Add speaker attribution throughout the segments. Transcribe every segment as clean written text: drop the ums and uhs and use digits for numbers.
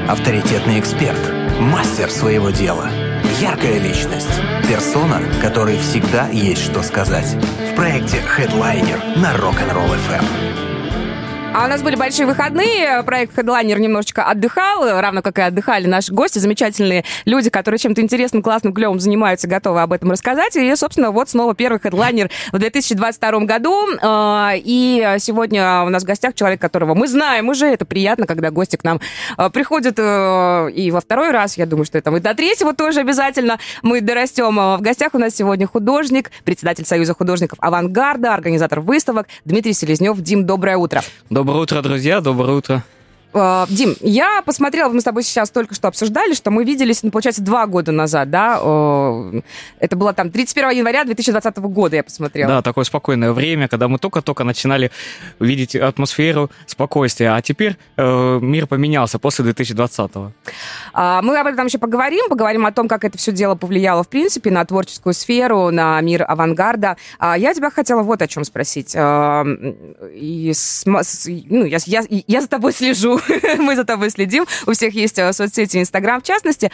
Speaker 1: Авторитетный эксперт, мастер своего дела, яркая личность, персона, которой всегда есть что сказать. В проекте Headliner на Rock'n'Roll FM.
Speaker 2: А у нас были большие выходные, проект Headliner немножечко отдыхал, равно как и отдыхали наши гости, замечательные люди, которые чем-то интересным, классным, клевым занимаются, готовы об этом рассказать. И, собственно, вот снова первый Headliner в 2022 году. И сегодня у нас в гостях человек, которого мы знаем уже. Это приятно, когда гости к нам приходят и во второй раз. Я думаю, что это и до третьего тоже обязательно мы дорастем. В гостях у нас сегодня художник, председатель Союза художников «Авангарда», организатор выставок Дмитрий Селезнев. Дим, доброе утро.
Speaker 3: Доброе утро, друзья, доброе утро.
Speaker 2: Дим, я посмотрела, мы с тобой сейчас только что обсуждали, что мы виделись, получается, 2 года назад, да? Это было там 31 января 2020 года, я посмотрела.
Speaker 3: Да, такое спокойное время, когда мы только-только начинали видеть атмосферу спокойствия, а теперь мир поменялся после 2020-го.
Speaker 2: Мы об этом еще поговорим о том, как это все дело повлияло, в принципе, на творческую сферу, на мир авангарда. Я тебя хотела вот о чем спросить. Я за тобой слежу. Мы за тобой следим. У всех есть соцсети, Инстаграм в частности.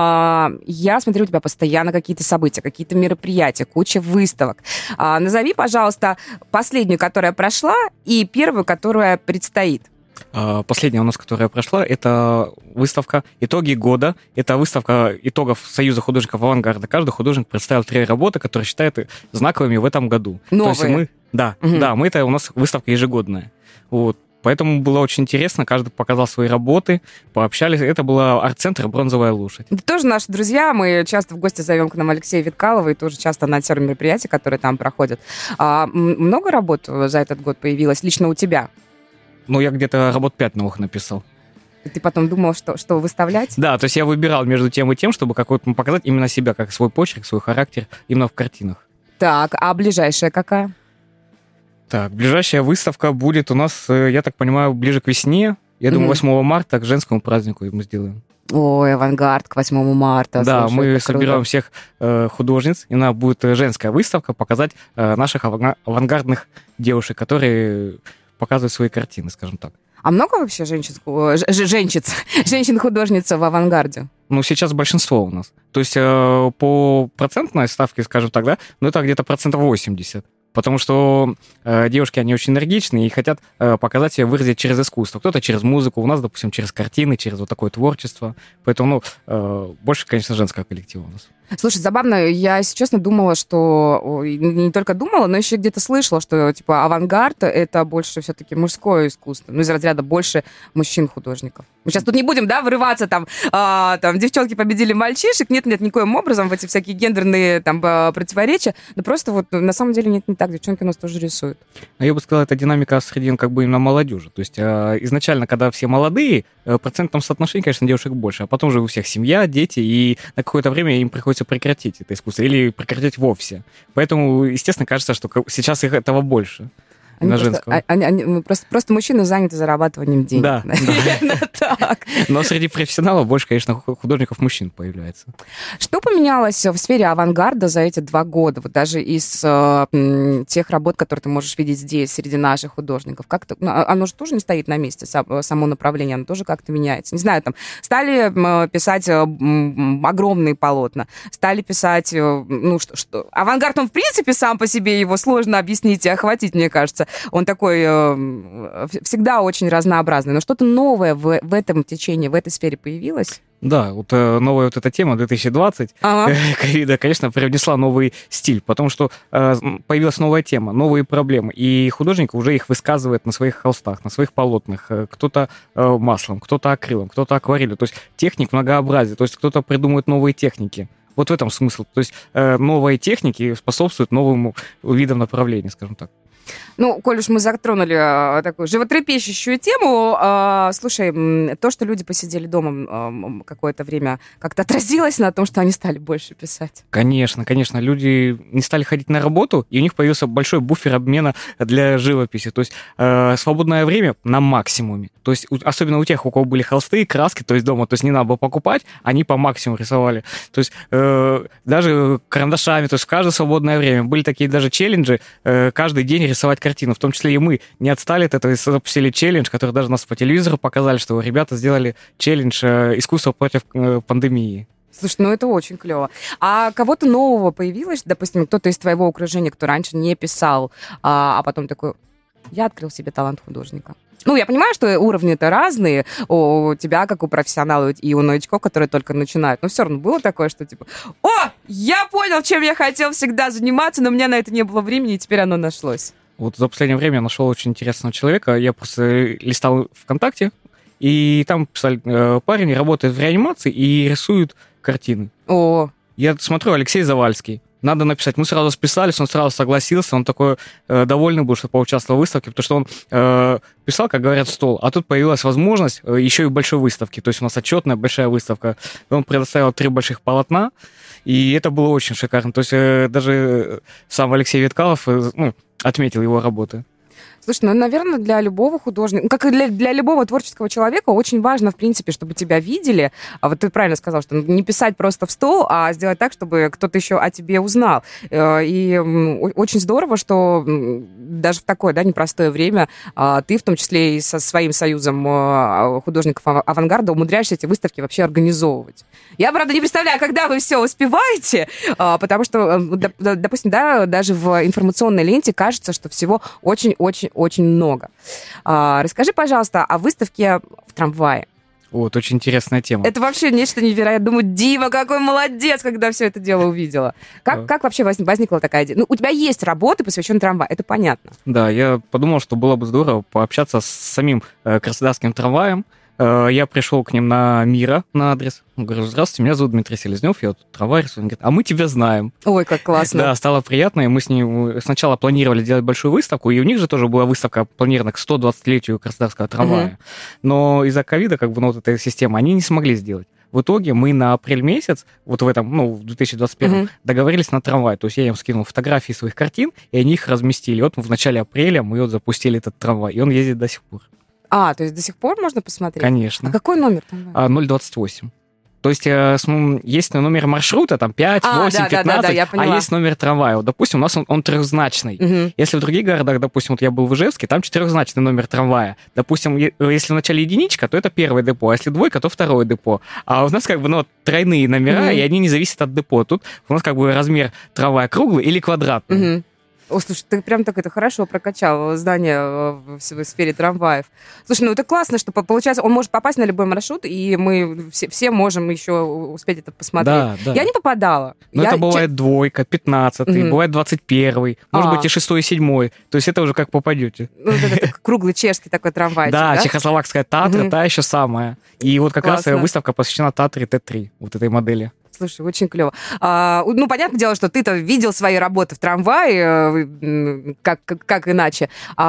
Speaker 2: Я смотрю, у тебя постоянно какие-то события, какие-то мероприятия, куча выставок. Назови, пожалуйста, последнюю, которая прошла, и первую, которая предстоит.
Speaker 3: Последняя у нас, которая прошла, это выставка «Итоги года». Это выставка итогов Союза художников «Авангарда». Каждый художник представил 3 работы, которые считает знаковыми в этом году.
Speaker 2: Новые?
Speaker 3: То есть это у нас выставка ежегодная. Вот. Поэтому было очень интересно, каждый показал свои работы, пообщались. Это был арт-центр «Бронзовая лошадь».
Speaker 2: Это тоже наши друзья, мы часто в гости зовем к нам Алексея Виткалова, и тоже часто анонсируем мероприятия, которые там проходят. Много работ за этот год появилось лично у тебя?
Speaker 3: Я где-то работ 5 новых написал.
Speaker 2: И ты потом думал, что выставлять?
Speaker 3: Да, то есть я выбирал между тем и тем, чтобы какой-то показать именно себя, как свой почерк, свой характер именно в картинах.
Speaker 2: Так, а ближайшая какая?
Speaker 3: Так, ближайшая выставка будет у нас, я так понимаю, ближе к весне. Я думаю, 8 марта к женскому празднику мы сделаем.
Speaker 2: Ой, «Авангард» к 8 марта.
Speaker 3: Да,
Speaker 2: слушай,
Speaker 3: мы собираем всех художниц, и она будет женская выставка, показать наших авангардных девушек, которые показывают свои картины, скажем так.
Speaker 2: А много вообще женщин-художниц в «Авангарде»?
Speaker 3: Сейчас большинство у нас. То есть по процентной ставке, скажем так, да, это где-то 80%. Потому что девушки, они очень энергичные и хотят показать себя, выразить через искусство. Кто-то через музыку, у нас, допустим, через картины, через вот такое творчество. Поэтому, больше, конечно, женского коллектива у нас.
Speaker 2: Слушай, забавно, я, если честно, думала, что... Не только думала, но еще где-то слышала, что, авангард — это больше все-таки мужское искусство. Из разряда больше мужчин-художников. Мы сейчас тут не будем, врываться, девчонки победили мальчишек. Нет, никоим образом в эти всякие гендерные противоречия. Но просто на самом деле нет, не так. Девчонки у нас тоже рисуют.
Speaker 3: Я бы сказал, это динамика среди именно молодежи. То есть изначально, когда все молодые, в процентном соотношении, конечно, девушек больше. А потом же у всех семья, дети, и на какое-то время им приходится прекратить это искусство или прекратить вовсе. Поэтому, естественно, кажется, что сейчас их этого больше.
Speaker 2: Просто мужчины заняты зарабатыванием денег.
Speaker 3: Да.
Speaker 2: Так.
Speaker 3: Но среди профессионалов больше, конечно, художников-мужчин появляется.
Speaker 2: Что поменялось в сфере авангарда за эти 2 года? Вот даже из тех работ, которые ты можешь видеть здесь, среди наших художников. Оно же тоже не стоит на месте, само направление, оно тоже как-то меняется. Не знаю, стали писать огромные полотна, стали писать... Авангард, он, в принципе, сам по себе, его сложно объяснить и охватить, мне кажется. Он такой всегда очень разнообразный. Но что-то новое в этом течении, в этой сфере появилось?
Speaker 3: Да, новая эта тема 2020 ковида, конечно, привнесла новый стиль, потому что появилась новая тема, новые проблемы, и художник уже их высказывает на своих холстах, на своих полотнах. Кто-то маслом, кто-то акрилом, кто-то акварелью. То есть техник многообразия, то есть кто-то придумывает новые техники. Вот в этом смысл. То есть новые техники способствуют новым видам направления, скажем так.
Speaker 2: Коль уж мы затронули такую животрепещущую тему, слушай, то, что люди посидели дома какое-то время, как-то отразилось на том, что они стали больше писать?
Speaker 3: Конечно. Люди не стали ходить на работу, и у них появился большой буфер обмена для живописи. То есть свободное время на максимуме. То есть особенно у тех, у кого были холсты, краски, то есть дома, то есть не надо было покупать, они по максимуму рисовали. То есть даже карандашами, то есть в каждое свободное время. Были такие даже челленджи, каждый день рисовать картину. В том числе и мы не отстали от этого и запустили челлендж, который даже нас по телевизору показали, что ребята сделали челлендж «Искусство против пандемии».
Speaker 2: Слушай, ну это очень клево. А кого-то нового появилось, допустим, кто-то из твоего окружения, кто раньше не писал, а потом такой, я открыл себе талант художника? Ну, я понимаю, что уровни-то разные у тебя, как у профессионала, и у новичков, которые только начинают. Но все равно было такое, что типа, я понял, чем я хотел всегда заниматься, но у меня на это не было времени, и теперь оно нашлось.
Speaker 3: Вот за последнее время я нашел очень интересного человека. Я просто листал ВКонтакте, и там писали, парень работает в реанимации и рисует картины. Я смотрю, Алексей Завальский. Надо написать. Мы сразу списались, он сразу согласился, он такой довольный был, что поучаствовал в выставке, потому что он писал, как говорят, в стол. А тут появилась возможность еще и большой выставки. То есть у нас отчетная большая выставка. Он предоставил 3 больших полотна, и это было очень шикарно. То есть даже сам Алексей Веткалов отметил его работы.
Speaker 2: Слушай, ну, наверное, для любого художника, как и для любого творческого человека, очень важно, в принципе, чтобы тебя видели. А вот ты правильно сказал, что не писать просто в стол, а сделать так, чтобы кто-то еще о тебе узнал. И очень здорово, что даже в такое, непростое время ты, в том числе и со своим союзом художников авангарда, умудряешься эти выставки вообще организовывать. Я, правда, не представляю, когда вы все успеваете, потому что, допустим, даже в информационной ленте кажется, что всего очень много. Расскажи, пожалуйста, о выставке в трамвае.
Speaker 3: Вот, очень интересная тема.
Speaker 2: Это вообще нечто невероятное. Думаю, Дима, какой молодец, когда все это дело увидела. Как вообще возникла такая идея? Ну, у тебя есть работы, посвященные трамваю, это понятно.
Speaker 3: Да, я подумал, что было бы здорово пообщаться с самим краснодарским трамваем. Я пришел к ним на Мира, на адрес. Говорю, здравствуйте, меня зовут Дмитрий Селезнев, я тут трамвай рисую. Он говорит, а мы тебя знаем.
Speaker 2: Ой, как классно.
Speaker 3: Да, стало приятно, и мы с ним сначала планировали делать большую выставку, и у них же тоже была выставка планирована к 120-летию краснодарского трамвая. Но из-за ковида, вот эта система, они не смогли сделать. В итоге мы на апрель месяц, вот в этом, в 2021, договорились на трамвай. То есть я им скинул фотографии своих картин, и они их разместили. Вот в начале апреля мы запустили этот трамвай, и он ездит до сих пор.
Speaker 2: То есть до сих пор можно посмотреть?
Speaker 3: Конечно.
Speaker 2: А какой номер там?
Speaker 3: 028. То есть есть номер маршрута, там 5, 8, 15,
Speaker 2: я поняла.
Speaker 3: А есть номер трамвая. Вот, допустим, у нас он трехзначный. Если в других городах, допустим, вот я был в Ижевске, там 4-значный номер трамвая. Допустим, если в начале единичка, то это первое депо, а если двойка, то второе депо. А у нас тройные номера, и они не зависят от депо. Тут у нас размер трамвая круглый или квадратный.
Speaker 2: Слушай, ты прям так это хорошо прокачал здание в сфере трамваев. Слушай, это классно, что получается, он может попасть на любой маршрут, и мы все можем еще успеть это посмотреть.
Speaker 3: Да.
Speaker 2: Я не попадала.
Speaker 3: Это бывает двойка, 15-й, бывает 21-й, может быть и 6-й, 7-й. То есть это уже как попадете.
Speaker 2: Это круглый чешский такой трамвайчик, да?
Speaker 3: Да, чехословакская Татра, та еще самая. И вот как раз выставка посвящена Татре Т3, вот этой модели.
Speaker 2: Слушай, очень клево. Понятное дело, что ты-то видел свои работы в трамвае, как иначе.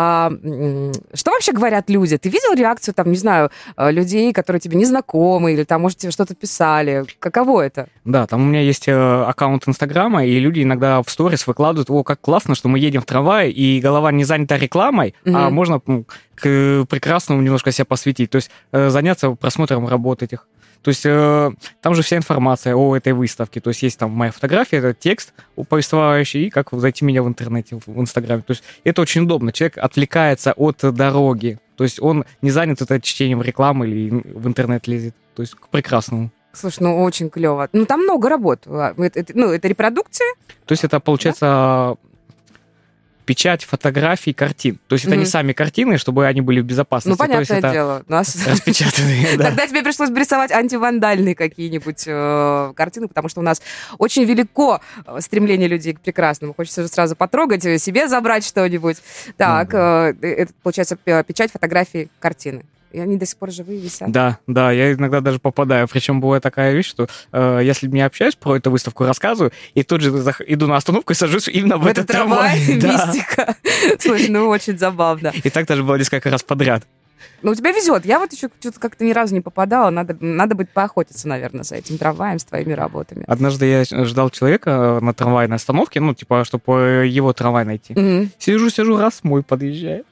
Speaker 2: Что вообще говорят люди? Ты видел реакцию, людей, которые тебе не знакомы, или может, тебе что-то писали? Каково это?
Speaker 3: Да, там у меня есть аккаунт Инстаграма, и люди иногда в сторис выкладывают, как классно, что мы едем в трамвае, и голова не занята рекламой, а можно к прекрасному немножко себя посвятить, то есть заняться просмотром работ этих. То есть там же вся информация о этой выставке. То есть там моя фотография, это текст повествующий, и как зайти меня в интернете, в Инстаграме. То есть это очень удобно. Человек отвлекается от дороги. То есть он не занят чтением рекламы или в интернет лезет. То есть к прекрасному.
Speaker 2: Слушай, очень клево. Там много работ. Это репродукции?
Speaker 3: То есть это, получается... печать фотографий, картин. То есть это не сами картины, чтобы они были в безопасности.
Speaker 2: Понятное дело.
Speaker 3: Распечатанные, да.
Speaker 2: Тогда тебе пришлось бы рисовать антивандальные какие-нибудь картины, потому что у нас очень велико стремление людей к прекрасному. Хочется же сразу потрогать, себе забрать что-нибудь. Так, это, получается, печать фотографий, картины. И они до сих пор живые висят. Да,
Speaker 3: я иногда даже попадаю. Причем бывает такая вещь, что я с людьми общаюсь, про эту выставку рассказываю, и тут же иду на остановку и сажусь именно в этот трамвай.
Speaker 2: Мистика. Слушай, очень забавно.
Speaker 3: И так даже было несколько раз подряд.
Speaker 2: У тебя везет. Я еще что-то как-то ни разу не попадала. Надо будет поохотиться, наверное, за этим трамваем, с твоими работами.
Speaker 3: Однажды я ждал человека на трамвайной остановке, чтобы его трамвай найти. Сижу, раз мой подъезжает.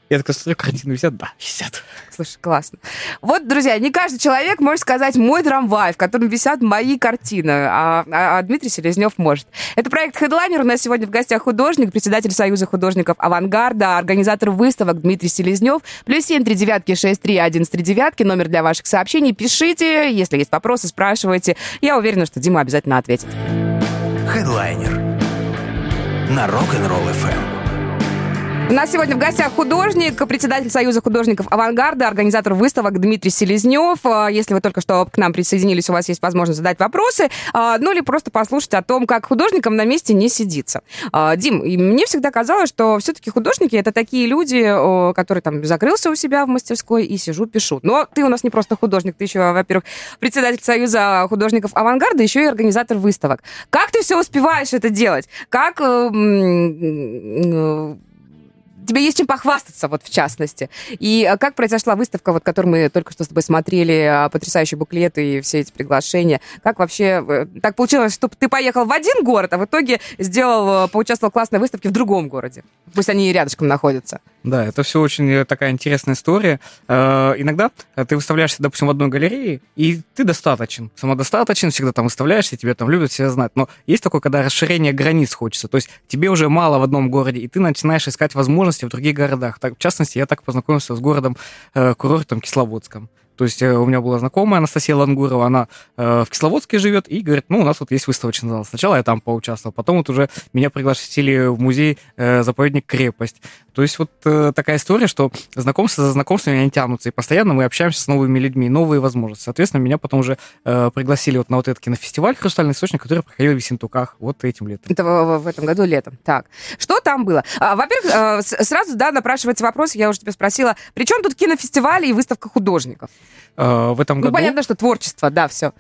Speaker 3: Я такой смотрю, картины висят? Да, висят.
Speaker 2: Слушай, классно. Вот, друзья, не каждый человек может сказать «мой трамвай», в котором висят мои картины, а Дмитрий Селезнев может. Это проект Headliner. У нас сегодня в гостях художник, председатель Союза художников «Авангарда», организатор выставок Дмитрий Селезнев. +7 3 6 3 1 3 9, номер для ваших сообщений. Пишите, если есть вопросы, спрашивайте. Я уверена, что Дима обязательно ответит.
Speaker 1: Headliner на Rock'n'Roll FM.
Speaker 2: У нас сегодня в гостях художник, председатель Союза художников «Авангарда», организатор выставок Дмитрий Селезнев. Если вы только что к нам присоединились, у вас есть возможность задать вопросы, ну или просто послушать о том, как художникам на месте не сидится. Дим, мне всегда казалось, что все-таки художники — это такие люди, которые там закрылся у себя в мастерской и сижу, пишу. Но ты у нас не просто художник, ты еще, во-первых, председатель Союза художников «Авангарда», еще и организатор выставок. Как ты все успеваешь это делать? Как... Тебе есть чем похвастаться, вот в частности. И как произошла выставка, вот, которую мы только что с тобой смотрели, потрясающие буклеты и все эти приглашения? Как вообще так получилось, что ты поехал в один город, а в итоге поучаствовал в классной выставке в другом городе? Пусть они и рядышком находятся.
Speaker 3: Да, это все очень такая интересная история. Иногда ты выставляешься, допустим, в одной галерее, и ты достаточен, самодостаточен, всегда там выставляешься, тебя там любят, все знают. Но есть такое, когда расширение границ хочется. То есть тебе уже мало в одном городе, и ты начинаешь искать возможности в других городах. Так, в частности, я так познакомился с городом-курортом Кисловодском. То есть у меня была знакомая Анастасия Лангурова, она в Кисловодске живет, и говорит, у нас вот есть выставочный зал. Сначала я там поучаствовал, потом вот уже меня пригласили в музей-заповедник «Крепость». То есть вот такая история, что знакомства за знакомствами они тянутся, и постоянно мы общаемся с новыми людьми, новые возможности. Соответственно, меня потом уже пригласили вот на вот этот кинофестиваль «Хрустальный источник», который проходил в Ессентуках вот этим летом. Это
Speaker 2: в этом году летом. Так, что там было? Во-первых, сразу, напрашивается вопрос, я уже тебя спросила, при чем тут кинофестивали и выставка художников?
Speaker 3: В этом году...
Speaker 2: понятно, что творчество, да, все.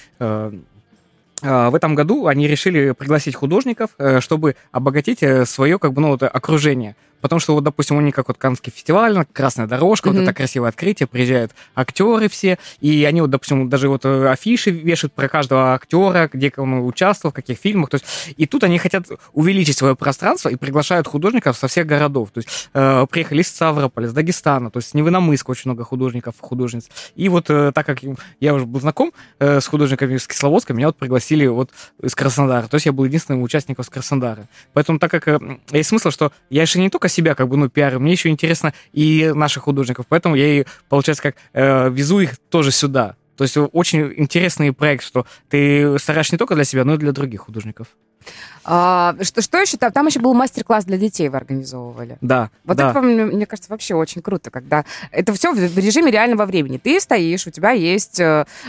Speaker 3: В этом году они решили пригласить художников, чтобы обогатить свое окружение. Потому что, вот, допустим, у них как вот Каннский фестиваль, красная дорожка, вот это красивое открытие, приезжают актеры все, и они, вот, допустим, даже вот афиши вешают про каждого актера, где он участвовал, в каких фильмах. То есть, и тут они хотят увеличить свое пространство и приглашают художников со всех городов. То есть приехали из Ставрополя, из Дагестана, то есть с Невиномысска очень много художников, художниц. И вот так как я уже был знаком с художниками из Кисловодска, меня вот пригласили вот из Краснодара. То есть я был единственным участником из Краснодара. Поэтому так как есть смысл, что я еще не только себя пиарю, мне еще интересно и наших художников, поэтому я и, получается, везу их тоже сюда. То есть очень интересный проект, что ты стараешься не только для себя, но и для других художников.
Speaker 2: Что еще там? Там еще был мастер-класс для детей вы организовывали.
Speaker 3: Да.
Speaker 2: Вот
Speaker 3: да.
Speaker 2: это, мне кажется, вообще очень круто, когда это все в режиме реального времени. Ты стоишь, у тебя есть,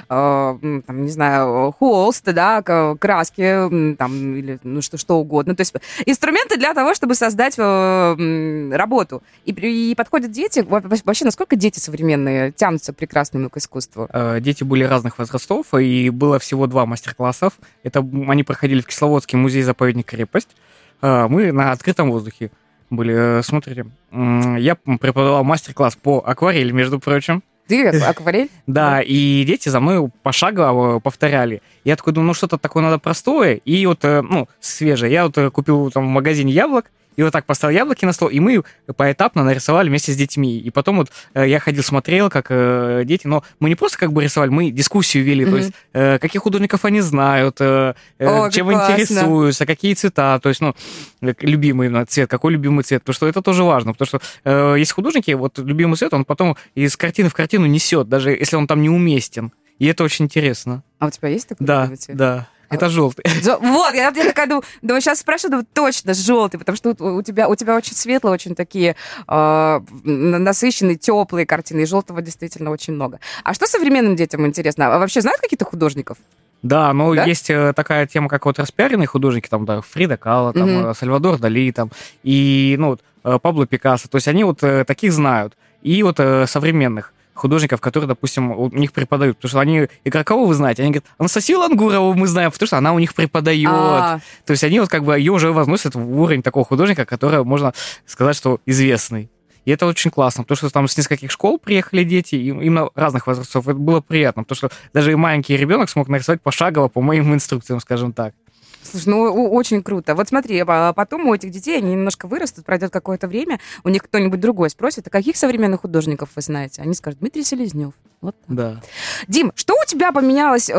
Speaker 2: не знаю, холст, да, краски, там, или что угодно. То есть инструменты для того, чтобы создать работу. И подходят дети. Вообще, насколько дети современные тянутся к прекрасному к искусству?
Speaker 3: Дети были разных возрастов, и было всего 2 мастер-классов. Это они проходили в Кисловодске музей-заповедник «Крепость». Мы на открытом воздухе были. Смотрите, я преподавал мастер-класс по акварели, между прочим.
Speaker 2: Ты акварель?
Speaker 3: Да, и дети за мной пошагово повторяли. Я такой думаю, что-то такое надо простое и вот, свежее. Я вот купил там в магазине яблок, и вот так поставил яблоки на стол, и мы поэтапно нарисовали вместе с детьми. И потом вот я ходил, смотрел, как дети, но мы не просто рисовали, мы дискуссию вели, то есть каких художников они знают, чем интересуются, какие цвета, то есть, любимый цвет, какой любимый цвет, потому что это тоже важно, потому что есть художники, вот любимый цвет, он потом из картины в картину несет, даже если он там неуместен. И это очень интересно.
Speaker 2: А у тебя есть такой
Speaker 3: любимый цвет? Да. Это желтый.
Speaker 2: Вот, я такая думаю, сейчас спрошу, точно желтый, потому что у тебя очень светлые, очень такие насыщенные, теплые картины, и желтого действительно очень много. А что современным детям интересно? А вообще знают каких-то художников?
Speaker 3: Да, но есть такая тема, как вот распиаренные художники, там, да, Фрида Кало, там, Сальвадор Дали, там, и, Пабло Пикассо, то есть они вот таких знают, и вот современных художников, которые, допустим, у них преподают. Потому что они... И кого вы знаете? Они говорят, Анастасию Лангурову мы знаем, потому что она у них преподает. То есть они вот ее уже возносят в уровень такого художника, который, можно сказать, что известный. И это очень классно, потому что там с нескольких школ приехали дети, именно разных возрастов. Это было приятно, потому что даже маленький ребенок смог нарисовать пошагово по моим инструкциям, скажем так.
Speaker 2: Слушай, ну очень круто. Вот смотри, потом у этих детей они немножко вырастут, пройдет какое-то время, у них кто-нибудь другой спросит, а каких современных художников вы знаете? Они скажут, Дмитрий Селезнев. Вот так.
Speaker 3: Да.
Speaker 2: Дим, что у тебя поменялось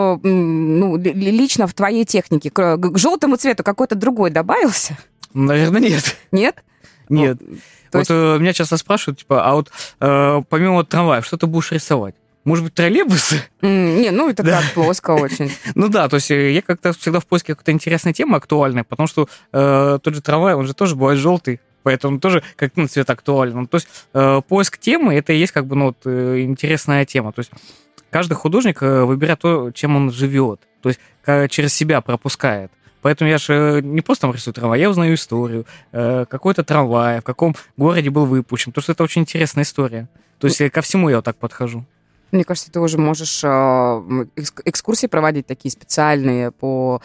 Speaker 2: лично в твоей технике? К желтому цвету какой-то другой добавился?
Speaker 3: Наверное, нет.
Speaker 2: Нет?
Speaker 3: Нет.
Speaker 2: То
Speaker 3: Вот меня часто спрашивают, типа, а вот помимо трамваев, что ты будешь рисовать? Может быть, троллейбусы?
Speaker 2: Не, ну это так плоско очень.
Speaker 3: Ну да, то есть я как-то всегда в поиске какой-то интересной темы актуальной, потому что тот же трамвай, он же тоже бывает желтый, поэтому тоже как цвет актуален. То есть поиск темы, это и есть как бы интересная тема. То есть каждый художник выбирает то, чем он живет, то есть через себя пропускает. Поэтому я же не просто там рисую трамвай, я узнаю историю, какой-то трамвай, в каком городе был выпущен, потому что это очень интересная история. То есть ко всему я вот так подхожу.
Speaker 2: Мне кажется, ты уже можешь экскурсии проводить такие специальные по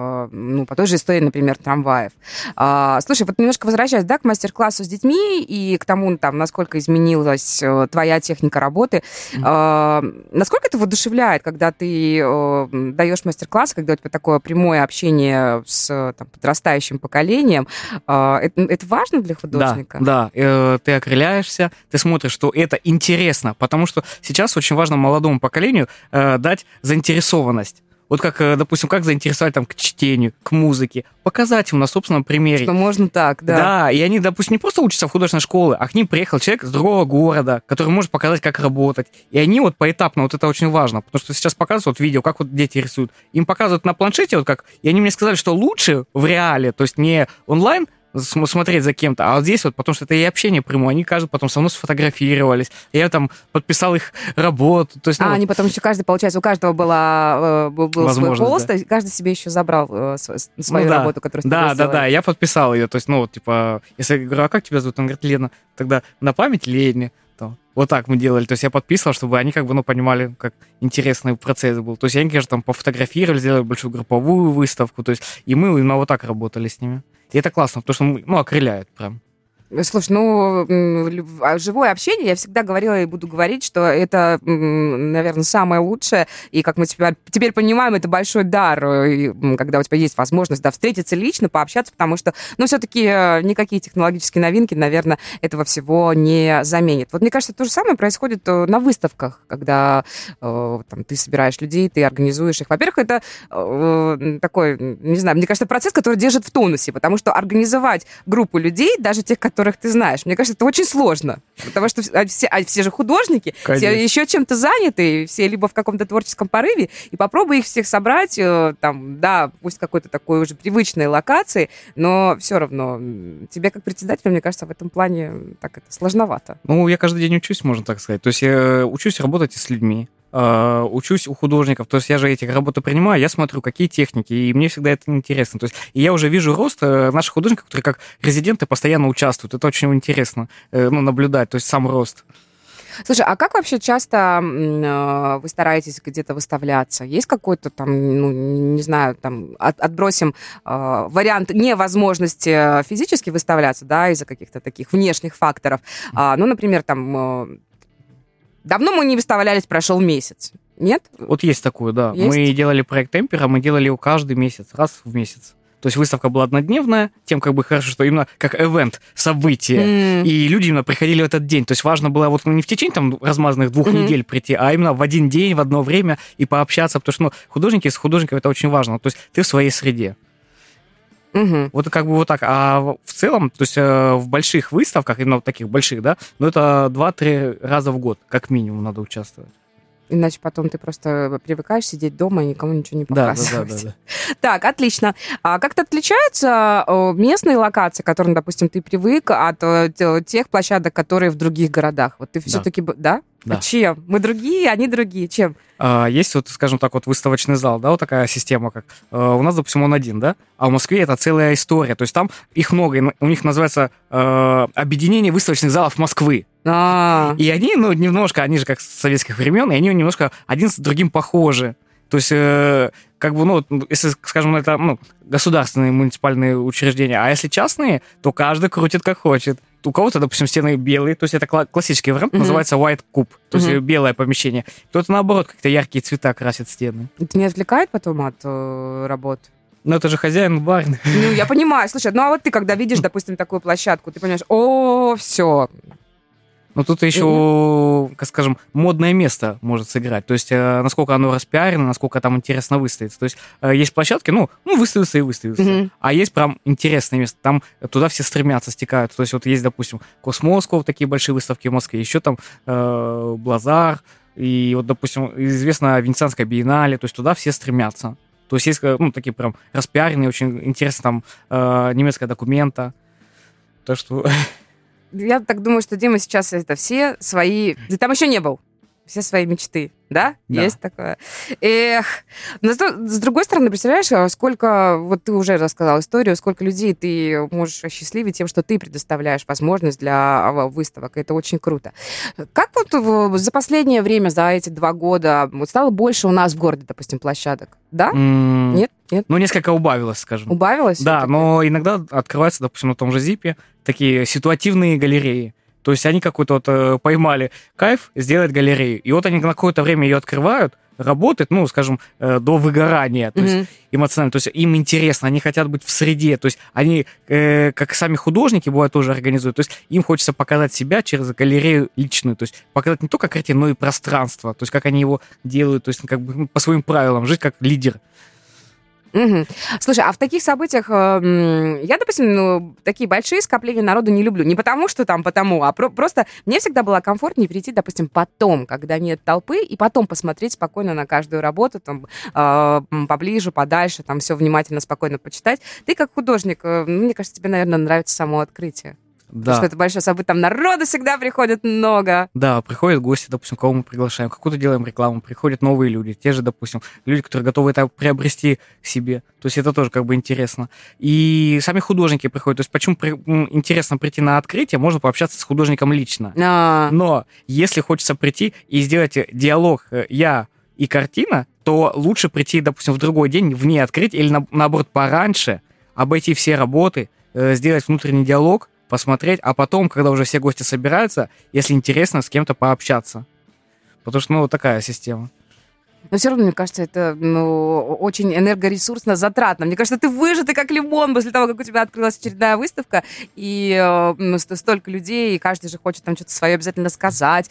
Speaker 2: той же истории, например, трамваев. Слушай, вот немножко возвращаясь, да, к мастер-классу с детьми и к тому, там, насколько изменилась твоя техника работы, насколько это воодушевляет, когда ты даешь мастер-класс, когда у тебя такое прямое общение с подрастающим поколением, это важно для художника?
Speaker 3: Да, ты окрыляешься, ты смотришь, что это интересно, потому что сейчас очень важно молодому поколению дать заинтересованность. Вот как, допустим, как заинтересовать к чтению, к музыке, показать им на собственном примере.
Speaker 2: Что можно так, да.
Speaker 3: Да, и они, допустим, не просто учатся в художественной школе, а к ним приехал человек с другого города, который может показать, как работать. И они поэтапно, это очень важно, потому что сейчас показывают видео, как дети рисуют. Им показывают на планшете, и они мне сказали, что лучше в реале, то есть не онлайн, смотреть за кем-то, а вот здесь потому что это и общение прямое, они каждый потом со мной сфотографировались, я подписал их работу. То есть,
Speaker 2: они потом еще каждый, получается, у каждого был свой холст, да. Каждый себе еще забрал свою работу, которую с тобой сделали.
Speaker 3: Да, я подписал ее, то есть, если я говорю, а как тебя зовут? Он говорит, Лена, тогда на память Лене. Вот так мы делали, то есть я подписывал, чтобы они понимали, как интересный процесс был. То есть они, конечно, пофотографировали, сделали большую групповую выставку, то есть и мы именно вот так работали с ними. И это классно, потому что окрыляет прям.
Speaker 2: Слушай, живое общение, я всегда говорила и буду говорить, что это, наверное, самое лучшее, и, как мы теперь понимаем, это большой дар, когда у тебя есть возможность, встретиться лично, пообщаться, потому что, все-таки никакие технологические новинки, наверное, этого всего не заменят. Вот мне кажется, то же самое происходит на выставках, когда ты собираешь людей, ты организуешь их. Во-первых, это такой, не знаю, мне кажется, процесс, который держит в тонусе, потому что организовать группу людей, даже тех, которых ты знаешь. Мне кажется, это очень сложно, потому что все же художники,
Speaker 3: конечно,
Speaker 2: все еще чем-то заняты, все либо в каком-то творческом порыве, и попробуй их всех собрать, пусть какой-то такой уже привычной локации, но все равно тебе как председателю, мне кажется, в этом плане это сложновато.
Speaker 3: Я каждый день учусь, можно так сказать. То есть я учусь работать с людьми, учусь у художников, то есть я же эти работы принимаю, я смотрю, какие техники, и мне всегда это интересно. То есть и я уже вижу рост наших художников, которые как резиденты постоянно участвуют. Это очень интересно наблюдать, то есть сам рост.
Speaker 2: Слушай, а как вообще часто вы стараетесь где-то выставляться? Есть какой-то не знаю, отбросим вариант невозможности физически выставляться, да, из-за каких-то таких внешних факторов. Например, давно мы не выставлялись, прошел месяц. Нет?
Speaker 3: Вот есть такое, да.
Speaker 2: Есть?
Speaker 3: Мы делали проект Эмпера, мы делали его каждый месяц, раз в месяц. То есть выставка была однодневная, тем хорошо, что именно как эвент, событие. И люди именно приходили в этот день. То есть важно было не в течение размазанных 2 недель прийти, а именно в один день, в одно время и пообщаться. Потому что художники с художниками это очень важно. То есть ты в своей среде. Вот вот так. А в целом, то есть в больших выставках, именно таких больших, да, это 2-3 раза в год, как минимум, надо участвовать.
Speaker 2: Иначе потом ты просто привыкаешь сидеть дома и никому ничего не показывать.
Speaker 3: Да.
Speaker 2: Так, отлично. А как-то отличаются местные локации, к которым, допустим, ты привык, от тех площадок, которые в других городах? Вот ты все-таки... Да?
Speaker 3: Да.
Speaker 2: А чем? Мы другие, они другие. Чем?
Speaker 3: Есть скажем так, выставочный зал, да, вот такая система, как у нас, допустим, он один, да, а в Москве это целая история, то есть там их много, и у них называется объединение выставочных залов Москвы. И они, немножко, они же как с советских времен, и они немножко один с другим похожи. То есть, если, скажем, это государственные муниципальные учреждения, а если частные, то каждый крутит как хочет. У кого-то, допустим, стены белые, то есть это классический вариант, называется white cube, то есть белое помещение. Кто-то, наоборот, как-то яркие цвета красит стены.
Speaker 2: Это не отвлекает потом от работы?
Speaker 3: Ну, это же хозяин бар.
Speaker 2: Ну, я понимаю. Слушай, ну а вот ты, когда видишь, допустим, такую площадку, ты понимаешь, все.
Speaker 3: Ну, тут еще, как скажем, модное место может сыграть. То есть, насколько оно распиарено, насколько там интересно выставиться. То есть, есть площадки, выставятся и выставятся. А есть прям интересное место. Там туда все стремятся, стекают. То есть, вот есть, допустим, Космосков, такие большие выставки в Москве. Еще там Блазар. И вот, допустим, известно Венецианская биеннале. То есть, туда все стремятся. То есть, есть такие прям распиаренные, очень интересно там немецкая документа. То, что...
Speaker 2: Я так думаю, что Дима сейчас это все свои... Ты там еще не был. Все свои мечты, да?
Speaker 3: Да.
Speaker 2: Есть такое. Эх. Но с другой стороны, представляешь, сколько... Вот ты уже рассказал историю, сколько людей ты можешь осчастливить тем, что ты предоставляешь возможность для выставок. Это очень круто. Как вот за последнее время, за эти 2 года, стало больше у нас в городе, допустим, площадок? Да? Нет? Нет?
Speaker 3: Ну, несколько убавилось, скажем.
Speaker 2: Убавилось?
Speaker 3: Да, но иногда открываются, допустим, на том же ЗИПе такие ситуативные галереи. То есть они какой-то вот поймали кайф сделать галерею. И вот они на какое-то время ее открывают, работает, скажем, до выгорания, то есть эмоционально. То есть им интересно, они хотят быть в среде. То есть они, как сами художники, бывает, тоже организуют. То есть им хочется показать себя через галерею личную. То есть показать не только картину, но и пространство. То есть как они его делают, то есть как бы по своим правилам, жить как лидер.
Speaker 2: Угу. Слушай, а в таких событиях я, допустим, такие большие скопления народу не люблю. Не потому, что там потому, а просто мне всегда было комфортнее прийти, допустим, потом, когда нет толпы, и потом посмотреть спокойно на каждую работу, там, поближе, подальше, там все внимательно, спокойно почитать. Ты как художник, мне кажется, тебе, наверное, нравится само открытие.
Speaker 3: Да.
Speaker 2: Потому что это большое событие, там народу всегда приходит много.
Speaker 3: Да, приходят гости, допустим, кого мы приглашаем, какую-то делаем рекламу, приходят новые люди, те же, допустим, люди, которые готовы это приобрести себе. То есть это тоже как бы интересно. И сами художники приходят. То есть почему интересно прийти на открытие, можно пообщаться с художником лично. Но если хочется прийти и сделать диалог «я» и картина, то лучше прийти, допустим, в другой день вне открытия или, наоборот, пораньше, обойти все работы, сделать внутренний диалог, посмотреть, а потом, когда уже все гости собираются, если интересно, с кем-то пообщаться. Потому что, такая система.
Speaker 2: Но все равно, мне кажется, это очень энергоресурсно затратно. Мне кажется, ты выжатый как лимон после того, как у тебя открылась очередная выставка, и столько людей, и каждый же хочет там что-то свое обязательно сказать,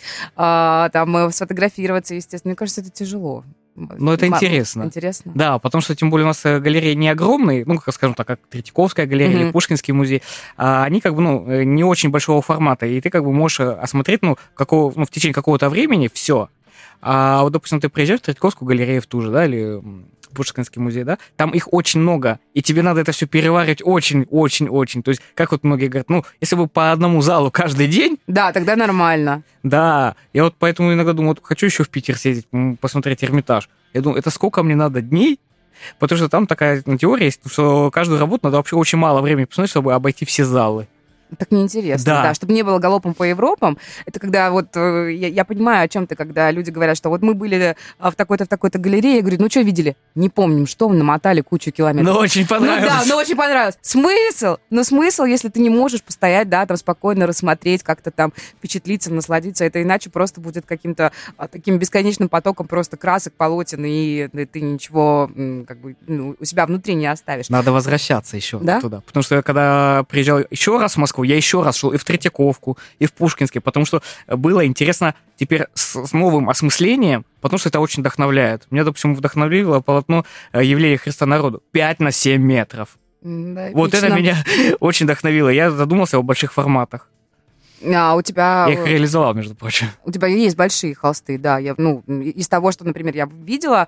Speaker 2: там сфотографироваться, естественно. Мне кажется, это тяжело.
Speaker 3: Но это интересно.
Speaker 2: Интересно.
Speaker 3: Да, потому что, тем более, у нас галереи не огромные, скажем так, как Третьяковская галерея или Пушкинский музей, а они как бы, не очень большого формата, и ты как бы можешь осмотреть, в течение какого-то времени все. А вот, допустим, ты приезжаешь в Третьяковскую галерею в ту же, да, или Пушкинский музей, да, там их очень много, и тебе надо это все переваривать очень-очень-очень. То есть, как вот многие говорят, если бы по одному залу каждый день...
Speaker 2: Да, тогда нормально.
Speaker 3: Да, я вот поэтому иногда думаю, хочу еще в Питер съездить, посмотреть Эрмитаж. Я думаю, это сколько мне надо дней? Потому что там такая теория есть, что каждую работу надо вообще очень мало времени посмотреть, чтобы обойти все залы.
Speaker 2: Так неинтересно, да, чтобы не было галопом по Европам. Это когда вот, я понимаю, о чем ты, когда люди говорят, что вот мы были в такой-то галерее, я говорю, что видели? Не помним, что, намотали кучу километров.
Speaker 3: Но очень понравилось.
Speaker 2: Да, очень понравилось. Смысл? Смысл, если ты не можешь постоять, да, там спокойно рассмотреть, как-то там впечатлиться, насладиться, это иначе просто будет каким-то таким бесконечным потоком просто красок, полотен, и ты ничего как бы у себя внутри не оставишь.
Speaker 3: Надо возвращаться еще туда. Потому что я когда приезжал еще раз в Москву, я еще раз шел и в Третьяковку, и в Пушкинский, потому что было интересно теперь с новым осмыслением, потому что это очень вдохновляет. Меня, допустим, вдохновило полотно «Явление Христа народу» 5 на 7 метров.
Speaker 2: Да,
Speaker 3: вот это меня очень вдохновило. Я задумался о больших форматах.
Speaker 2: А у тебя...
Speaker 3: Я их реализовал, между прочим.
Speaker 2: У тебя есть большие холсты, да. Из того, что, например, я видела,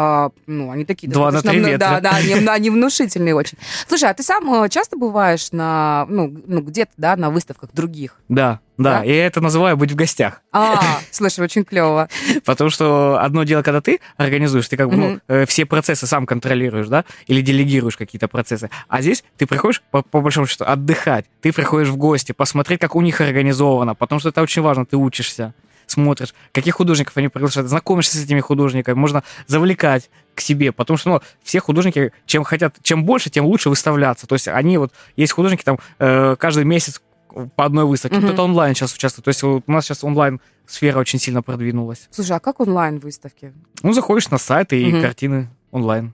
Speaker 2: они такие...
Speaker 3: 2 на 3 метра.
Speaker 2: Да, они внушительные очень. Слушай, а ты сам часто бываешь на, где-то, да, на выставках других?
Speaker 3: Да. Да, я это называю быть в гостях.
Speaker 2: Слушай, очень клево.
Speaker 3: Потому что одно дело, когда ты организуешь, ты как бы все процессы сам контролируешь, да, или делегируешь какие-то процессы. А здесь ты приходишь, по большому счету, отдыхать. Ты приходишь в гости, посмотреть, как у них организовано, потому что это очень важно, ты учишься, смотришь, каких художников они приглашают, знакомишься с этими художниками, можно завлекать к себе, потому что все художники, чем больше, тем лучше выставляться. То есть есть художники там каждый месяц по одной выставке. Кто-то онлайн сейчас участвует. То есть у нас сейчас онлайн-сфера очень сильно продвинулась.
Speaker 2: Слушай, а как онлайн-выставки?
Speaker 3: Заходишь на сайт и картины онлайн.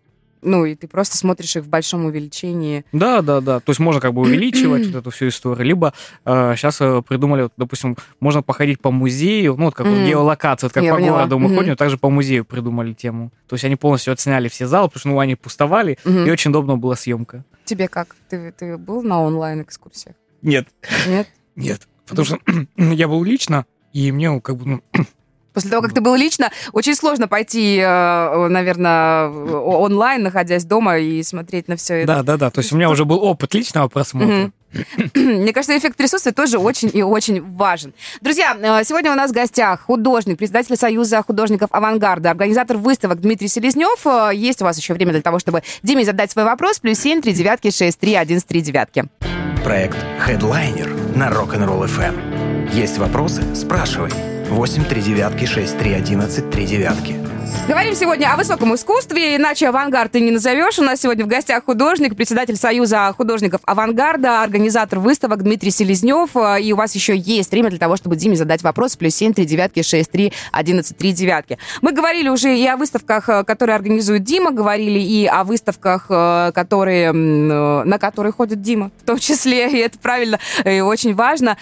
Speaker 2: Ну, и ты просто смотришь их в большом увеличении.
Speaker 3: Да. То есть можно как бы увеличивать вот эту всю историю. Либо сейчас придумали, вот, допустим, можно походить по музею, ну, вот как геолокация, вот как по городу мы ходим, также по музею придумали тему. То есть они полностью отсняли все залы, потому что, ну, они пустовали, и очень удобно была съемка.
Speaker 2: Тебе как? Ты был на онлайн-экскурсиях?
Speaker 3: Нет.
Speaker 2: Нет?
Speaker 3: Нет. Потому что я был лично, и мне как бы...
Speaker 2: После того, как ты был лично, очень сложно пойти, наверное, онлайн, находясь дома, и смотреть на все это.
Speaker 3: Да. То есть у меня уже был опыт личного просмотра.
Speaker 2: Мне кажется, эффект присутствия тоже очень и очень важен. Друзья, сегодня у нас в гостях художник, председатель Союза художников «Авангарда», организатор выставок Дмитрий Селезнев. Есть у вас еще время для того, чтобы Диме задать свой вопрос. +7 3 6 3 1 3 9.
Speaker 1: Проект Headliner на Rock'n'Roll FM. Есть вопросы? Спрашивай. 8 3 9 6 3 11 3 9.
Speaker 2: Говорим сегодня о высоком искусстве, иначе авангард ты не назовешь. У нас сегодня в гостях художник, председатель Союза художников «Авангарда», организатор выставок Дмитрий Селезнев. И у вас еще есть время для того, чтобы Диме задать вопрос. +7 3 9 6 3 11 3 9. Мы говорили уже и о выставках, которые организует Дима, говорили и о выставках, на которые ходит Дима, в том числе, и это правильно и очень важно.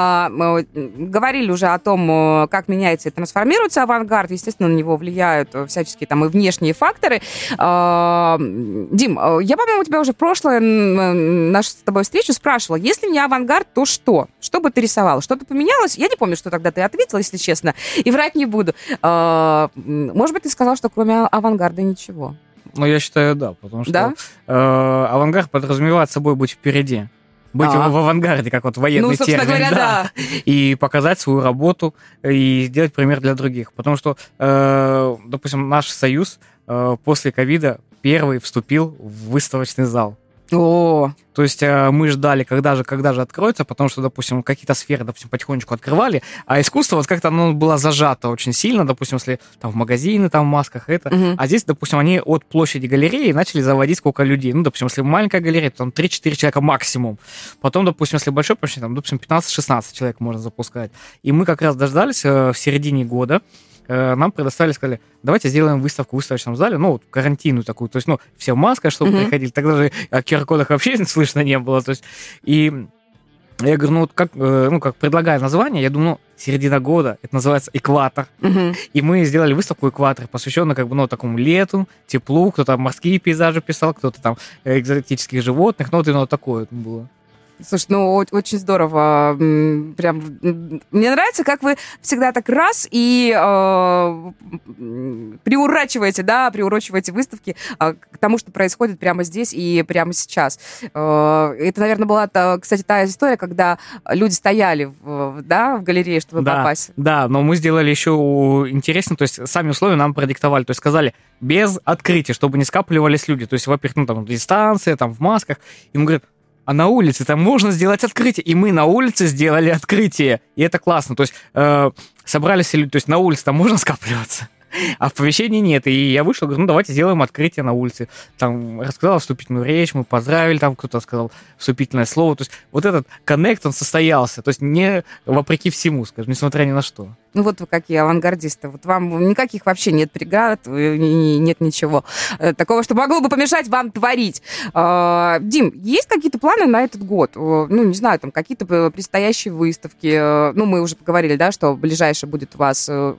Speaker 2: Говорили уже о том, как меняется и трансформируется авангард. Естественно, на него влияют всяческие там и внешние факторы. Дим, я, по-моему, у тебя уже в прошлое нашу с тобой встречу спрашивала, если не авангард, то что? Что бы ты рисовала? Что-то поменялось? Я не помню, что тогда ты ответила, если честно, и врать не буду. Может быть, ты сказала, что кроме авангарда ничего?
Speaker 3: Ну, я считаю, да, потому что авангард подразумевает собой быть впереди. Быть в авангарде, как вот военный термин,
Speaker 2: говоря, да.
Speaker 3: И показать свою работу, и сделать пример для других. Потому что, допустим, наш союз после ковида первый вступил в выставочный зал.
Speaker 2: О.
Speaker 3: То есть мы ждали, когда же откроется, потому что, допустим, какие-то сферы, допустим, потихонечку открывали, а искусство вот как-то оно было зажато очень сильно, допустим, если там в магазины, там в масках это. А здесь, допустим, они от площади галереи начали заводить сколько людей. Ну, допустим, если маленькая галерея, то там 3-4 человека максимум. Потом, допустим, если большой площадь, там, допустим, 15-16 человек можно запускать. И мы как раз дождались в середине года, нам предоставили, сказали, давайте сделаем выставку в выставочном зале, ну, вот карантинную такую, то есть, ну, все в масках, чтобы приходили, тогда же о QR-кодах вообще слышно не было, то есть, и я говорю, ну, вот как предлагаю название, я думаю, ну, середина года, это называется «Экватор», и мы сделали выставку «Экватор», посвященную, как бы, ну, такому лету, теплу, кто-то морские пейзажи писал, кто-то там экзотических животных, ну, вот именно вот такое было.
Speaker 2: Слушай, ну, очень здорово. Прям мне нравится, как вы всегда так раз и приурочиваете выставки к тому, что происходит прямо здесь и прямо сейчас. Это, наверное, была, кстати, та история, когда люди стояли в галерее, чтобы попасть.
Speaker 3: Да, но мы сделали еще интересно, то есть сами условия нам продиктовали, то есть сказали, без открытия, чтобы не скапливались люди. То есть, во-первых, ну, там, дистанция, там, в масках. И мы говорим, а на улице там можно сделать открытие. И мы на улице сделали открытие. И это классно. То есть собрались люди, то есть на улице там можно скапливаться, а в помещении нет. И я вышел, говорю, ну давайте сделаем открытие на улице. Там рассказал вступительную речь, мы поздравили, там кто-то сказал вступительное слово. То есть вот этот коннект, он состоялся. То есть не вопреки всему, скажем, несмотря ни на что.
Speaker 2: Ну вот вы какие авангардисты. Вот вам никаких вообще нет преград, нет ничего такого, что могло бы помешать вам творить. Дим, есть какие-то планы на этот год? Ну, не знаю, там какие-то предстоящие выставки. Ну, мы уже поговорили, да, что ближайшее будет у вас к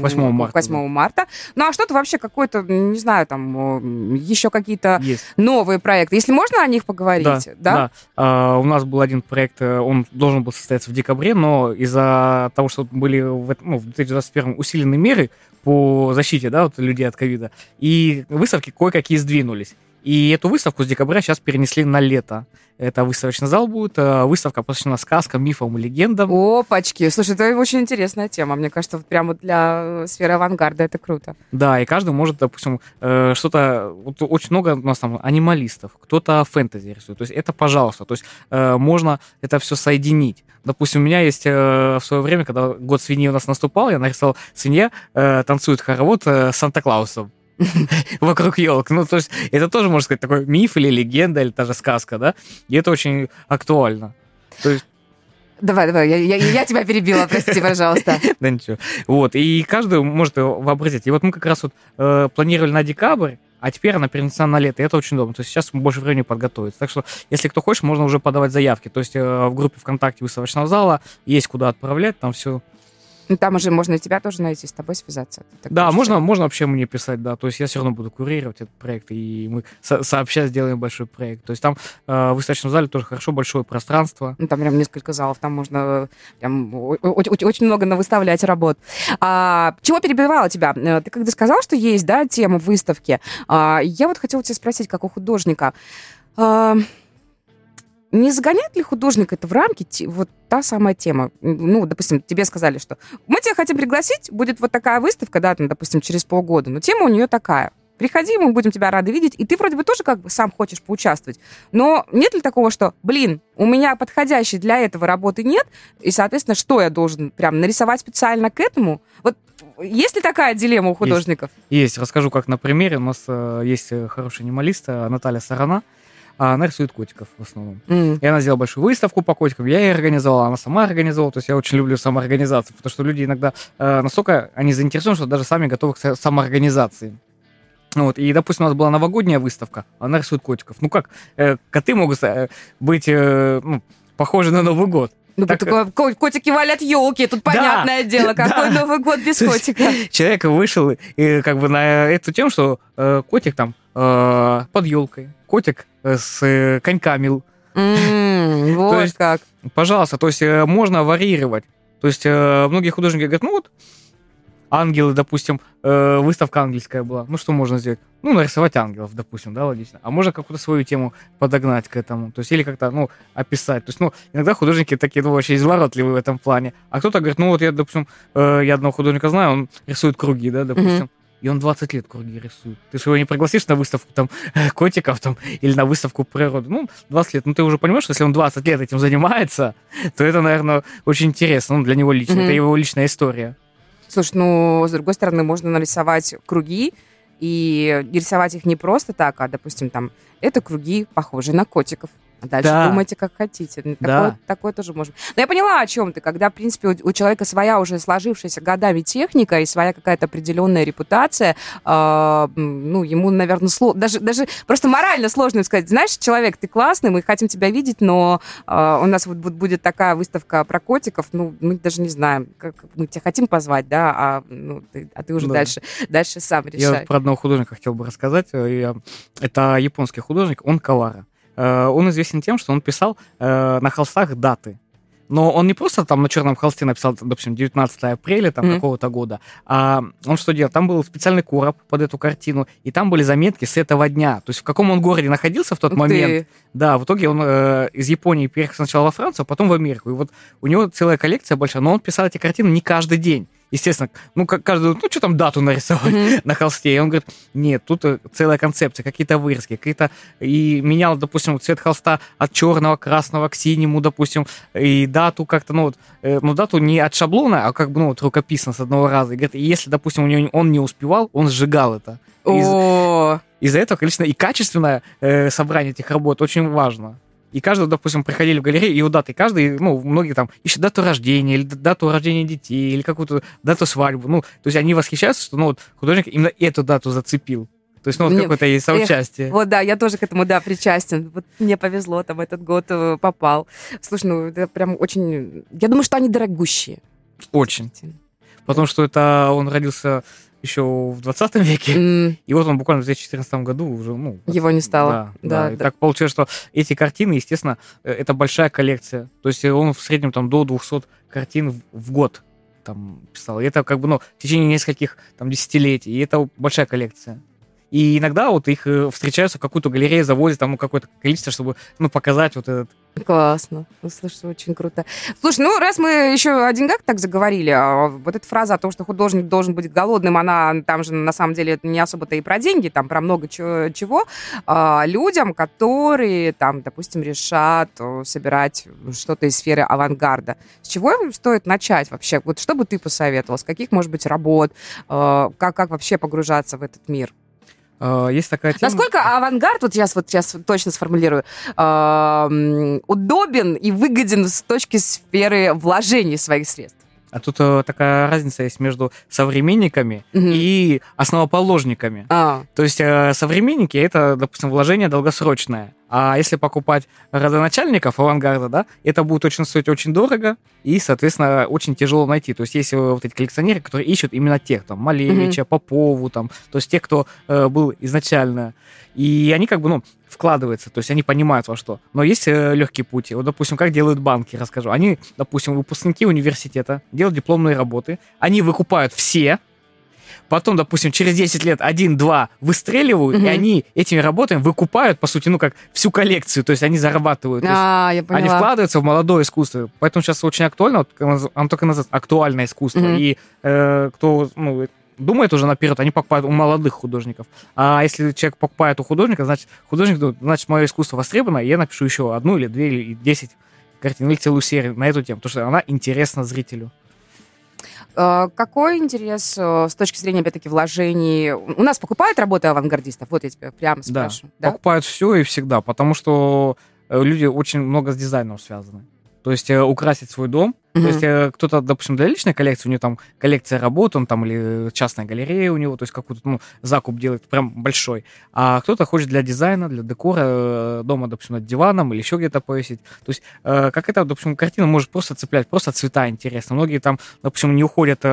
Speaker 2: 8 марта. Ну, а что-то вообще какое-то, не знаю, там еще какие-то новые проекты. Если можно о них поговорить, да?
Speaker 3: Да. У нас был один проект, он должен был состояться в декабре, но из-за того, что были в 2021 усиленные меры по защите, да, вот, людей от ковида, и выставки кое-какие сдвинулись. И эту выставку с декабря сейчас перенесли на лето. Это выставочный зал будет, выставка посвящена сказкам, мифам и легендам.
Speaker 2: Опачки! Слушай, это очень интересная тема. Мне кажется, вот прямо для сферы авангарда это круто.
Speaker 3: Да, и каждый может, допустим, что-то... Вот очень много у нас там анималистов, кто-то фэнтези рисует. То есть это пожалуйста. То есть можно это все соединить. Допустим, у меня есть в свое время, когда год свиньи у нас наступал, я нарисовал свинья танцует хоровод с Санта-Клаусом вокруг елки. Ну, то есть это тоже, можно сказать, такой миф или легенда, или та же сказка, да? И это очень актуально. То есть...
Speaker 2: Давай, я тебя перебила, прости, пожалуйста.
Speaker 3: Да ничего. Вот, и каждый может вообразить. И вот мы как раз вот планировали на декабрь, а теперь она перенесена на лето, и это очень удобно. То есть сейчас больше времени подготовиться. Так что, если кто хочет, можно уже подавать заявки. То есть в группе ВКонтакте выставочного зала есть куда отправлять, там все.
Speaker 2: Ну, там уже можно и тебя тоже найти, с тобой связаться.
Speaker 3: Да, можно вообще мне писать, да. То есть я все равно буду курировать этот проект, и мы сообща сделаем большой проект. То есть там в выставочном зале тоже хорошо большое пространство.
Speaker 2: Ну, там прям несколько залов, там можно прям очень много навыставлять работ. Чего перебивала тебя? Ты когда сказал, что есть, да, тема выставки, я вот хотела тебя спросить, как у художника, не загоняет ли художник это в рамки, вот та самая тема? Ну, допустим, тебе сказали, что мы тебя хотим пригласить, будет вот такая выставка, да, там, допустим, через полгода, но тема у нее такая. Приходи, мы будем тебя рады видеть, и ты вроде бы тоже как бы сам хочешь поучаствовать. Но нет ли такого, что, у меня подходящей для этого работы нет, и, соответственно, что я должен прям нарисовать специально к этому? Вот есть ли такая дилемма у художников?
Speaker 3: Есть. Расскажу, как на примере. У нас есть хорошая анималиста Наталья Сарана. Она рисует котиков в основном. И она сделала большую выставку по котикам. Я ее организовала, она сама организовала. То есть я очень люблю самоорганизацию, потому что люди иногда настолько они заинтересованы, что даже сами готовы к самоорганизации. Вот. И, допустим, у нас была новогодняя выставка, она рисует котиков. Ну как, коты могут быть похожи на Новый год.
Speaker 2: Ну, так, котики валят елки, тут понятное дело, какой Новый год без котика.
Speaker 3: Человек вышел как бы на эту тему, что котик там под елкой, котик с коньками.
Speaker 2: Вот как.
Speaker 3: Пожалуйста, то есть можно варьировать. То есть многие художники говорят, ангелы, допустим, выставка ангельская была. Ну, что можно сделать? Нарисовать ангелов, допустим, да, логично. А можно какую-то свою тему подогнать к этому. То есть, или как-то, описать. То есть, иногда художники такие, очень изворотливые в этом плане. А кто-то говорит, я, допустим, я одного художника знаю, он рисует круги, да, допустим. И он 20 лет круги рисует. Ты же его не пригласишь на выставку там котиков там, или на выставку природы. 20 лет. Ты уже понимаешь, что если он 20 лет этим занимается, то это, наверное, очень интересно. Для него лично. Это его личная история.
Speaker 2: Слушай, с другой стороны, можно нарисовать круги и рисовать их не просто так, а, допустим, там, это круги, похожие на котиков. А дальше думайте, как хотите. Такое тоже можно. Но я поняла, о чем ты. Когда, в принципе, у человека своя уже сложившаяся годами техника и своя какая-то определенная репутация, ему, наверное, даже просто морально сложно сказать, знаешь, человек, ты классный, мы хотим тебя видеть, но у нас вот будет такая выставка про котиков, мы даже не знаем, как мы тебя хотим позвать, да, ты уже дальше сам решай.
Speaker 3: Я про одного художника хотел бы рассказать. Это японский художник, он Кавара. Он известен тем, что он писал на холстах даты. Но он не просто там на черном холсте написал, допустим, 19 апреля какого-то года, а он что делал? Там был специальный короб под эту картину, и там были заметки с этого дня. То есть в каком он городе находился в тот момент. Да, в итоге он из Японии переехал сначала во Францию, а потом в Америку. И вот у него целая коллекция большая, но он писал эти картины не каждый день. Естественно, каждую, что там дату нарисовать на холсте? И он говорит, нет, тут целая концепция, какие-то вырезки, и менял, допустим, цвет холста от черного, красного к синему, допустим, и дату как-то, дату не от шаблона, а как бы, рукописно с одного раза. И говорит, если, допустим, он не успевал, он сжигал это. Из-за этого, конечно, и качественное собрание этих работ очень важно. И каждый, допустим, приходили в галерею, и у даты каждый, многие там ищут дату рождения, или дату рождения детей, или какую-то дату свадьбы. То есть они восхищаются, что художник именно эту дату зацепил. То есть, какое-то есть соучастие.
Speaker 2: Вот, да, я тоже к этому, причастен. Вот мне повезло, там этот год попал. Слушай, это прям очень... Я думаю, что они дорогущие.
Speaker 3: Очень. Потому что он родился еще в 20 веке, и вот он буквально в 2014 году уже,
Speaker 2: его не стало.
Speaker 3: Да. И так получилось, что эти картины, естественно, это большая коллекция. То есть он в среднем до 200 картин в год писал. И это в течение нескольких десятилетий. И это большая коллекция. И иногда их встречаются в какую-то галерею, завозят какое-то количество, чтобы показать вот этот.
Speaker 2: Классно. Слушай, очень круто. Слушай, раз мы еще о деньгах так заговорили, вот эта фраза о том, что художник должен быть голодным, она там же на самом деле не особо-то и про деньги, там про много чего. Людям, которые допустим, решат собирать что-то из сферы авангарда. С чего стоит начать вообще? Вот что бы ты посоветовал? С каких, может быть, работ? Как вообще погружаться в этот мир?
Speaker 3: Есть такая тема.
Speaker 2: Насколько авангард, вот сейчас точно сформулирую, удобен и выгоден с точки сферы вложений своих средств?
Speaker 3: А тут такая разница есть между современниками и основоположниками. То есть современники — это, допустим, вложение долгосрочное. А если покупать родоначальников авангарда, да, это будет очень стоить очень дорого и, соответственно, очень тяжело найти. То есть есть вот эти коллекционеры, которые ищут именно тех, там, Малевича, Попову, там, то есть тех, кто был изначально. И они как бы, ну, вкладываются, то есть они понимают во что. Но есть легкий путь. Вот, допустим, как делают банки, расскажу. Они, допустим, выпускники университета делают дипломные работы, они выкупают все, потом, допустим, через 10 лет 1-2 выстреливают, и они этими работами выкупают, по сути, ну, как всю коллекцию, то есть они зарабатывают.
Speaker 2: Я поняла.
Speaker 3: Они вкладываются в молодое искусство. Поэтому сейчас очень актуально, оно только называется актуальное искусство. И кто, ну, думает уже наперед, они покупают у молодых художников. А если человек покупает у художника, значит, художник думает, значит, мое искусство востребовано, и я напишу еще 1 или 2 или 10 картин, или целую серию на эту тему, потому что она интересна зрителю.
Speaker 2: Какой интерес с точки зрения, опять-таки, вложений? У нас покупают работы авангардистов? Вот я тебя прямо спрашиваю.
Speaker 3: Да, покупают все и всегда, потому что люди очень много с дизайном связаны. То есть украсить свой дом. То есть кто-то, допустим, для личной коллекции, у него там коллекция работ, он там или частная галерея у него, то есть какой-то, ну, закуп делает прям большой. А кто-то хочет для дизайна, для декора дома, допустим, над диваном или еще где-то повесить. То есть как это, допустим, картина может просто цеплять, просто цвета интересны. Многие там, допустим, не уходят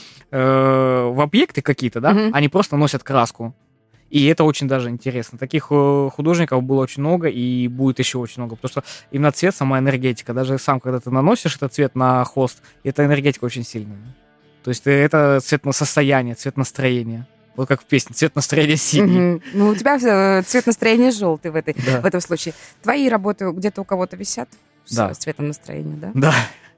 Speaker 3: в объекты какие-то, да, они просто носят краску. И это очень даже интересно. Таких художников было очень много, и будет еще очень много, потому что именно цвет, сама энергетика, даже сам, когда ты наносишь этот цвет на холст, эта энергетика очень сильная. То есть это цвет состояния, цвет настроения. Вот как в песне «Цвет настроения синий».
Speaker 2: Ну, у тебя цвет настроения желтый в этом случае. Твои работы где-то у кого-то висят с цветом настроения, да?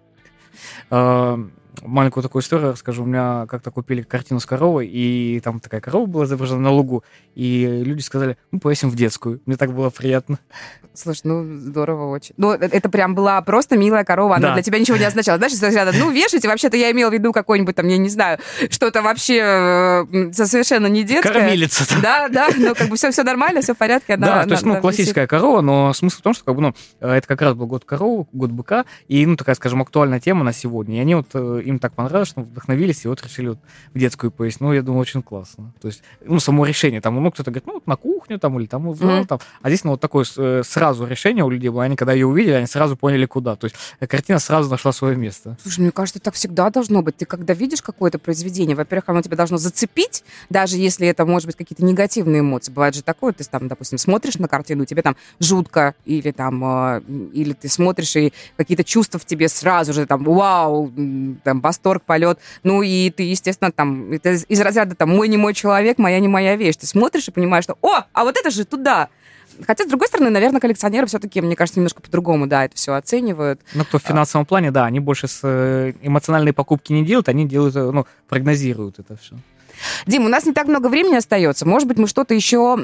Speaker 3: Да. Маленькую такую историю расскажу. У меня как-то купили картину с коровой, и там такая корова была изображена на лугу, и люди сказали, ну, повесим в детскую. Мне так было приятно.
Speaker 2: Слушай, ну, здорово очень. Ну, это прям была просто милая корова, она для тебя ничего не означала. Знаешь, если рядом, ну, вешайте, вообще-то я имела в виду какой-нибудь там, я не знаю, что-то вообще совершенно не детское.
Speaker 3: Кормилица.
Speaker 2: Да, ну, как бы все нормально, все в порядке.
Speaker 3: Да, то есть, ну, классическая корова, но смысл в том, что, как бы, ну, это как раз был год коровы, год быка, и, ну, такая, скажем, актуальная тема на сегодня. И они вот, им так понравилось, что вдохновились, и вот решили вот в детскую повесить. Ну, я думаю, очень классно. То есть, ну, само решение, там, ну, кто-то говорит, ну, вот на кухню, там, или там, там. А здесь, ну, вот такое сразу решение у людей было. Они, когда ее увидели, они сразу поняли, куда. То есть, картина сразу нашла свое место.
Speaker 2: Слушай, мне кажется, так всегда должно быть. Ты, когда видишь какое-то произведение, во-первых, оно тебя должно зацепить, даже если это, может быть, какие-то негативные эмоции. Бывает же такое, ты там, допустим, смотришь на картину, тебе там жутко, или там, или ты смотришь, и какие-то чувства в тебе сразу же, там, вау, там, восторг, полет. Ну, и ты, естественно, там, это из разряда, там, мой не мой человек, моя не моя вещь. Ты смотришь и понимаешь, что, а вот это же туда. Хотя, с другой стороны, наверное, коллекционеры все-таки, мне кажется, немножко по-другому, да, это все оценивают.
Speaker 3: Ну, кто в финансовом плане, да, они больше с эмоциональной покупки не делают, они делают, ну, прогнозируют это все.
Speaker 2: Дим, у нас не так много времени остается. Может быть, мы что-то еще,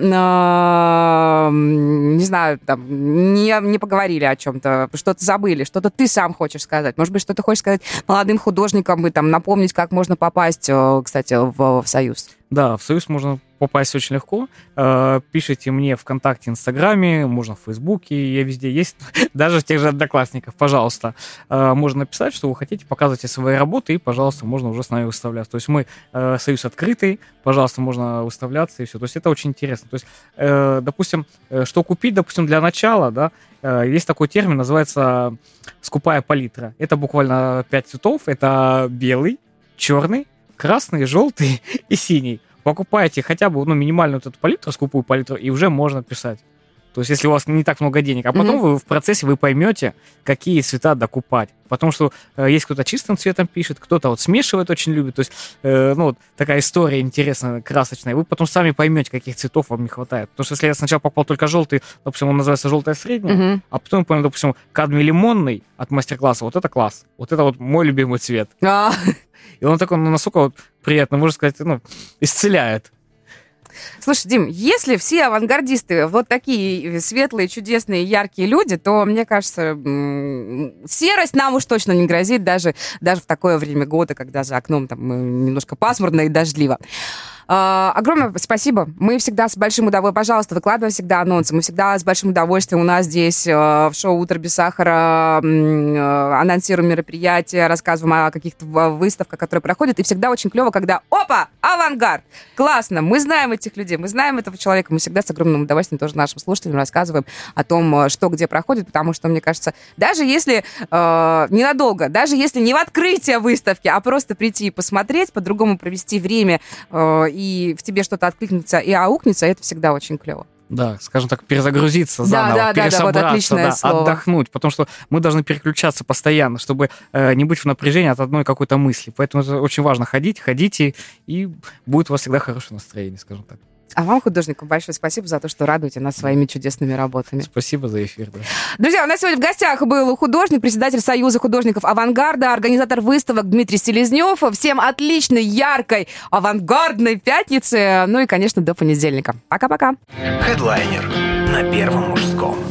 Speaker 2: не знаю, там, не поговорили о чем-то, что-то забыли, что-то ты сам хочешь сказать. Может быть, что-то хочешь сказать молодым художникам и там напомнить, как можно попасть, кстати, в Союз.
Speaker 3: Да, в Союз можно попасть очень легко. Пишите мне ВКонтакте, Инстаграме, можно в Фейсбуке, я везде есть, даже в тех же Одноклассниках, пожалуйста. Можно написать, что вы хотите, показывайте свои работы, и, пожалуйста, можно уже с нами выставляться. То есть мы Союз открытый, пожалуйста, можно выставляться, и все. То есть это очень интересно. То есть, допустим, что купить, допустим, для начала, да, есть такой термин, называется скупая палитра. Это буквально 5 цветов, это белый, черный, красный, желтый и синий. Покупайте хотя бы, ну, минимальную вот эту палитру, скупую палитру, и уже можно писать. То есть, если у вас не так много денег. А потом вы в процессе вы поймете, какие цвета докупать. Потому что есть кто-то чистым цветом пишет, кто-то вот смешивает, очень любит. То есть, ну, вот такая история интересная, красочная. Вы потом сами поймете, каких цветов вам не хватает. Потому что если я сначала покупал только желтый, допустим, он называется желтая средняя, а потом я понял, допустим, кадмий лимонный от мастер-класса, вот это класс. Вот это вот мой любимый цвет. И он такой, ну, насколько вот приятно, можно сказать, ну, исцеляет.
Speaker 2: Слушай, Дим, если все авангардисты вот такие светлые, чудесные, яркие люди, то, мне кажется, серость нам уж точно не грозит даже в такое время года, когда за окном там немножко пасмурно и дождливо. Огромное спасибо. Мы всегда с большим удовольствием, пожалуйста, выкладывай всегда анонсы. Мы всегда с большим удовольствием у нас здесь в шоу «Утро без сахара» анонсируем мероприятия, рассказываем о каких-то выставках, которые проходят. И всегда очень клево, когда опа, авангард! Классно! Мы знаем этих людей, мы знаем этого человека. Мы всегда с огромным удовольствием тоже нашим слушателям рассказываем о том, что где проходит, потому что, мне кажется, даже если ненадолго, даже если не в открытие выставки, а просто прийти и посмотреть, по-другому провести время, и в тебе что-то откликнется и аукнется, это всегда очень клево.
Speaker 3: Да, скажем так, перезагрузиться заново, пересобраться, вот отдохнуть, потому что мы должны переключаться постоянно, чтобы не быть в напряжении от одной какой-то мысли. Поэтому это очень важно ходите, и будет у вас всегда хорошее настроение, скажем так.
Speaker 2: А вам, художникам, большое спасибо за то, что радуете нас своими чудесными работами.
Speaker 3: Спасибо за эфир. Да.
Speaker 2: Друзья, у нас сегодня в гостях был художник, председатель Союза художников «Авангарда», организатор выставок Дмитрий Селезнев. Всем отличной, яркой, авангардной пятницы. Ну и, конечно, до понедельника. Пока-пока.
Speaker 1: Хедлайнер на Первом мужском.